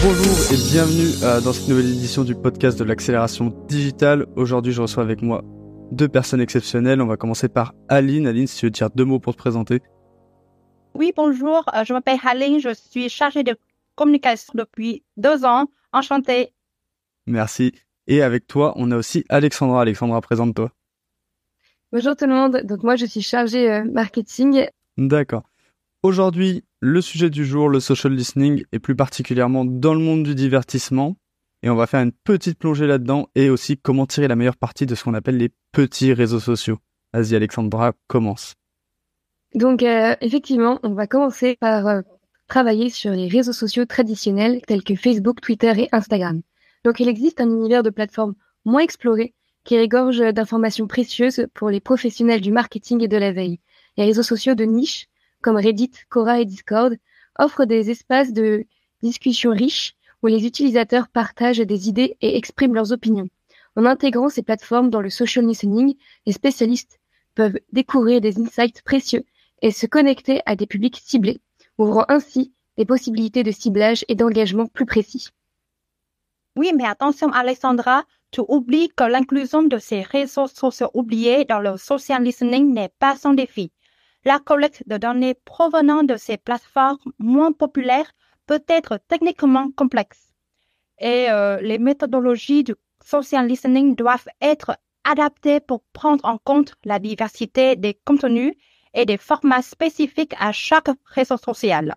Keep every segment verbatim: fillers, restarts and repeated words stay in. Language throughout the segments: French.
Bonjour et bienvenue euh, dans cette nouvelle édition du podcast de l'accélération digitale. Aujourd'hui, je reçois avec moi deux personnes exceptionnelles. On va commencer par Aline. Aline, si tu veux dire deux mots pour te présenter. Oui, bonjour. Euh, je m'appelle Aline. Je suis chargée de communication depuis deux ans. Enchantée. Merci. Et avec toi, on a aussi Alexandra. Alexandra, présente-toi. Bonjour tout le monde. Donc moi, je suis chargée euh, marketing. D'accord. Aujourd'hui, le sujet du jour, le social listening, et plus particulièrement dans le monde du divertissement. Et on va faire une petite plongée là-dedans et aussi comment tirer la meilleure partie de ce qu'on appelle les petits réseaux sociaux. Vas-y Alexandra, commence. Donc euh, effectivement, on va commencer par euh, travailler sur les réseaux sociaux traditionnels tels que Facebook, Twitter et Instagram. Donc il existe un univers de plateformes moins exploré qui regorge d'informations précieuses pour les professionnels du marketing et de la veille. Les réseaux sociaux de niche comme Reddit, Quora et Discord, offrent des espaces de discussion riches où les utilisateurs partagent des idées et expriment leurs opinions. En intégrant ces plateformes dans le social listening, les spécialistes peuvent découvrir des insights précieux et se connecter à des publics ciblés, ouvrant ainsi des possibilités de ciblage et d'engagement plus précis. Oui, mais attention Alexandra, tu oublies que l'inclusion de ces réseaux sociaux oubliés dans le social listening n'est pas sans défi. La collecte de données provenant de ces plateformes moins populaires peut être techniquement complexe. Et euh, les méthodologies du social listening doivent être adaptées pour prendre en compte la diversité des contenus et des formats spécifiques à chaque réseau social.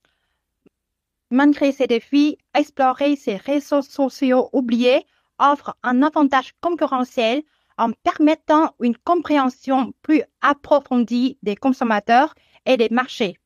Malgré ces défis, explorer ces réseaux sociaux oubliés offre un avantage concurrentiel en permettant une compréhension plus approfondie des consommateurs et des marchés.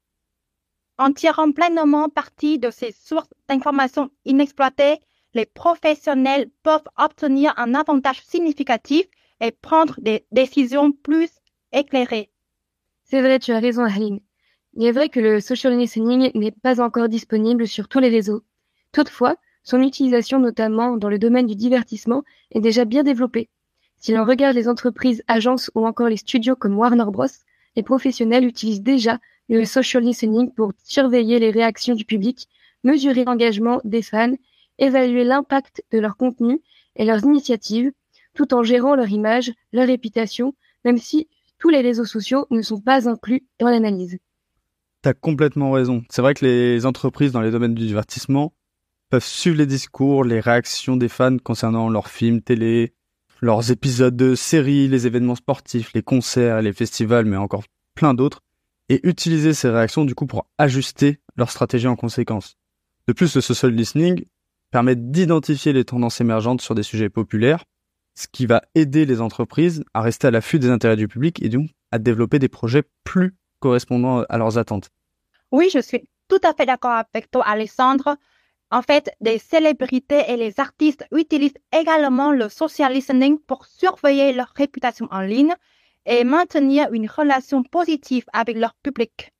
En tirant pleinement parti de ces sources d'informations inexploitées, les professionnels peuvent obtenir un avantage significatif et prendre des décisions plus éclairées. C'est vrai, tu as raison, Aline. Il est vrai que le social listening n'est pas encore disponible sur tous les réseaux. Toutefois, son utilisation, notamment dans le domaine du divertissement, est déjà bien développée. Si l'on regarde les entreprises, agences ou encore les studios comme Warner Bros, les professionnels utilisent déjà le social listening pour surveiller les réactions du public, mesurer l'engagement des fans, évaluer l'impact de leur contenu et leurs initiatives, tout en gérant leur image, leur réputation, même si tous les réseaux sociaux ne sont pas inclus dans l'analyse. T'as complètement raison. C'est vrai que les entreprises dans les domaines du divertissement peuvent suivre les discours, les réactions des fans concernant leurs films, télé, leurs épisodes de séries, les événements sportifs, les concerts, les festivals, mais encore plein d'autres, et utiliser ces réactions du coup pour ajuster leur stratégie en conséquence. De plus, le social listening permet d'identifier les tendances émergentes sur des sujets populaires, ce qui va aider les entreprises à rester à l'affût des intérêts du public et donc à développer des projets plus correspondant à leurs attentes. Oui, je suis tout à fait d'accord avec toi, Alexandre. En fait, des célébrités et les artistes utilisent également le social listening pour surveiller leur réputation en ligne et maintenir une relation positive avec leur public.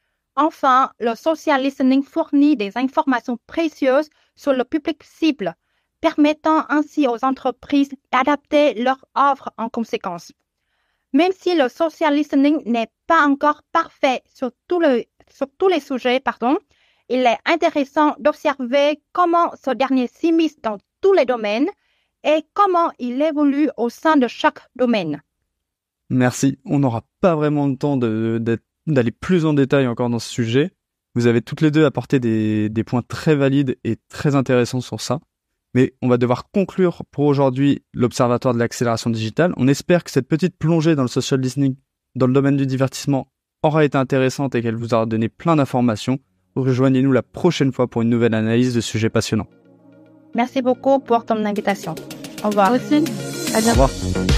Enfin, le social listening fournit des informations précieuses sur le public cible, permettant ainsi aux entreprises d'adapter leur offre en conséquence. Même si le social listening n'est pas encore parfait sur, tout le, sur tous les sujets, pardon, il est intéressant d'observer comment ce dernier s'immisce dans tous les domaines et comment il évolue au sein de chaque domaine. Merci. On n'aura pas vraiment le temps de, de, d'aller plus en détail encore dans ce sujet. Vous avez toutes les deux apporté des, des points très valides et très intéressants sur ça. Mais on va devoir conclure pour aujourd'hui l'Observatoire de l'accélération digitale. On espère que cette petite plongée dans le social listening, dans le domaine du divertissement, aura été intéressante et qu'elle vous aura donné plein d'informations. Rejoignez-nous la prochaine fois pour une nouvelle analyse de sujets passionnants. Merci beaucoup pour ton invitation. Au revoir. Aussi. À bientôt. Au revoir.